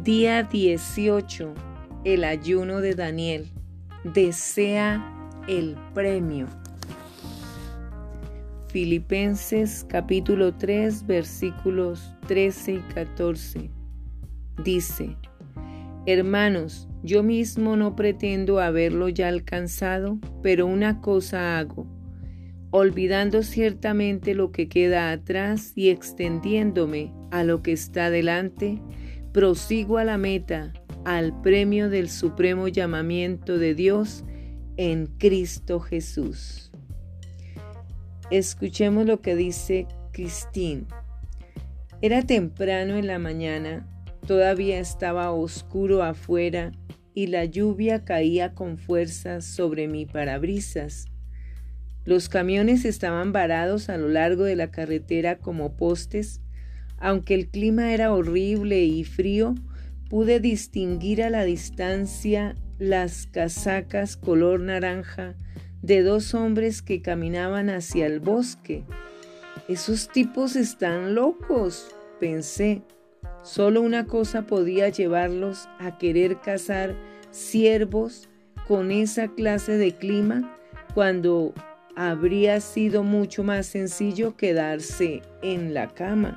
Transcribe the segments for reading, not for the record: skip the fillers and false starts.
Día 18. El ayuno de Daniel. Desea el premio. Filipenses capítulo 3 versículos 13 y 14. Dice: Hermanos, yo mismo no pretendo haberlo ya alcanzado, pero una cosa hago, olvidando ciertamente lo que queda atrás y extendiéndome a lo que está delante, prosigo a la meta, al premio del supremo llamamiento de Dios en Cristo Jesús. Escuchemos lo que dice Cristín. Era temprano en la mañana, todavía estaba oscuro afuera y la lluvia caía con fuerza sobre mi parabrisas. Los camiones estaban varados a lo largo de la carretera como postes. Aunque el clima era horrible y frío, pude distinguir a la distancia las casacas color naranja de dos hombres que caminaban hacia el bosque. Esos tipos están locos, pensé. Solo una cosa podía llevarlos a querer cazar ciervos con esa clase de clima, cuando habría sido mucho más sencillo quedarse en la cama.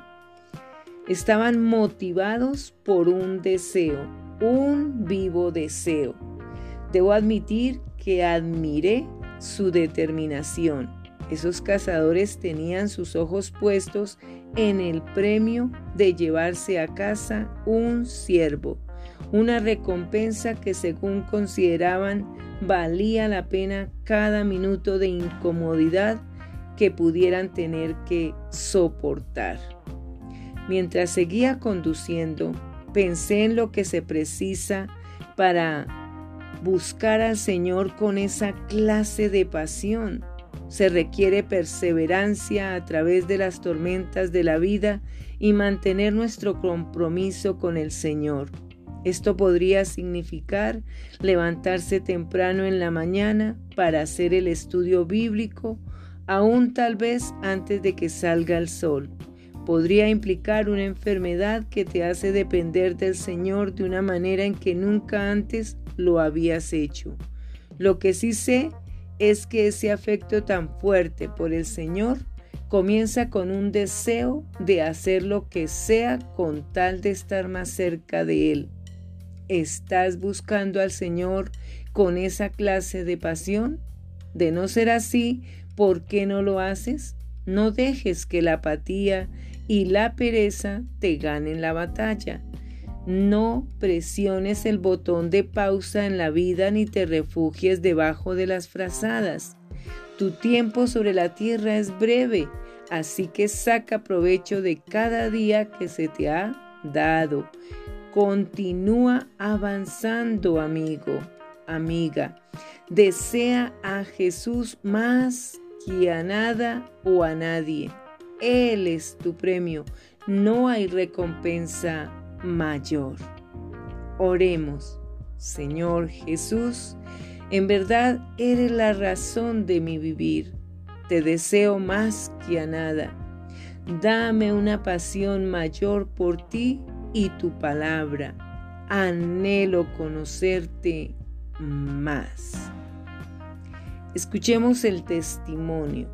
Estaban motivados por un deseo, un vivo deseo. Debo admitir que admiré su determinación. Esos cazadores tenían sus ojos puestos en el premio de llevarse a casa un ciervo, una recompensa que, según consideraban, valía la pena cada minuto de incomodidad que pudieran tener que soportar. Mientras seguía conduciendo, pensé en lo que se precisa para buscar al Señor con esa clase de pasión. Se requiere perseverancia a través de las tormentas de la vida y mantener nuestro compromiso con el Señor. Esto podría significar levantarse temprano en la mañana para hacer el estudio bíblico, aún tal vez antes de que salga el sol. Podría implicar una enfermedad que te hace depender del Señor de una manera en que nunca antes lo habías hecho. Lo que sí sé es que ese afecto tan fuerte por el Señor comienza con un deseo de hacer lo que sea con tal de estar más cerca de Él. ¿Estás buscando al Señor con esa clase de pasión? De no ser así, ¿por qué no lo haces? No dejes que la apatía y la pereza te ganen la batalla. No presiones el botón de pausa en la vida ni te refugies debajo de las frazadas. Tu tiempo sobre la tierra es breve, así que saca provecho de cada día que se te ha dado. Continúa avanzando, amigo, amiga. Desea a Jesús más que a nada o a nadie. Él es tu premio. No hay recompensa mayor. Oremos. Señor Jesús, en verdad eres la razón de mi vivir. Te deseo más que a nada. Dame una pasión mayor por ti y tu palabra. Anhelo conocerte más. Escuchemos el testimonio.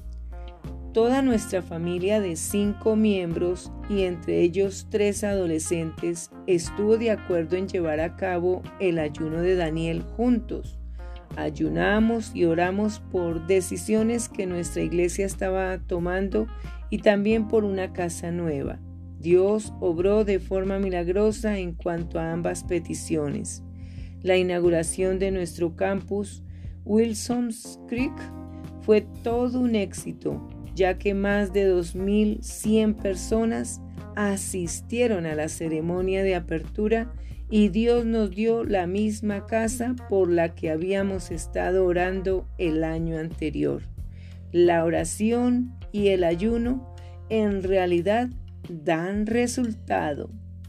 Toda nuestra familia de 5 miembros, y entre ellos 3 adolescentes, estuvo de acuerdo en llevar a cabo el ayuno de Daniel juntos. Ayunamos y oramos por decisiones que nuestra iglesia estaba tomando y también por una casa nueva. Dios obró de forma milagrosa en cuanto a ambas peticiones. La inauguración de nuestro campus, Wilsons Creek, fue todo un éxito, ya que más de 2,100 personas asistieron a la ceremonia de apertura y Dios nos dio la misma casa por la que habíamos estado orando el año anterior. La oración y el ayuno en realidad dan resultado.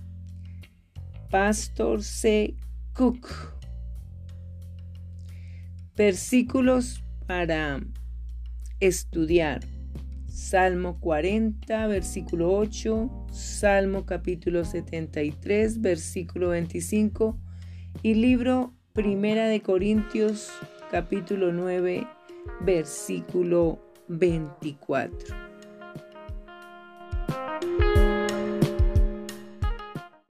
Pastor C. Cook. Versículos para estudiar. Salmo 40, versículo 8, Salmo capítulo 73, versículo 25 y libro Primera de Corintios capítulo 9, versículo 24.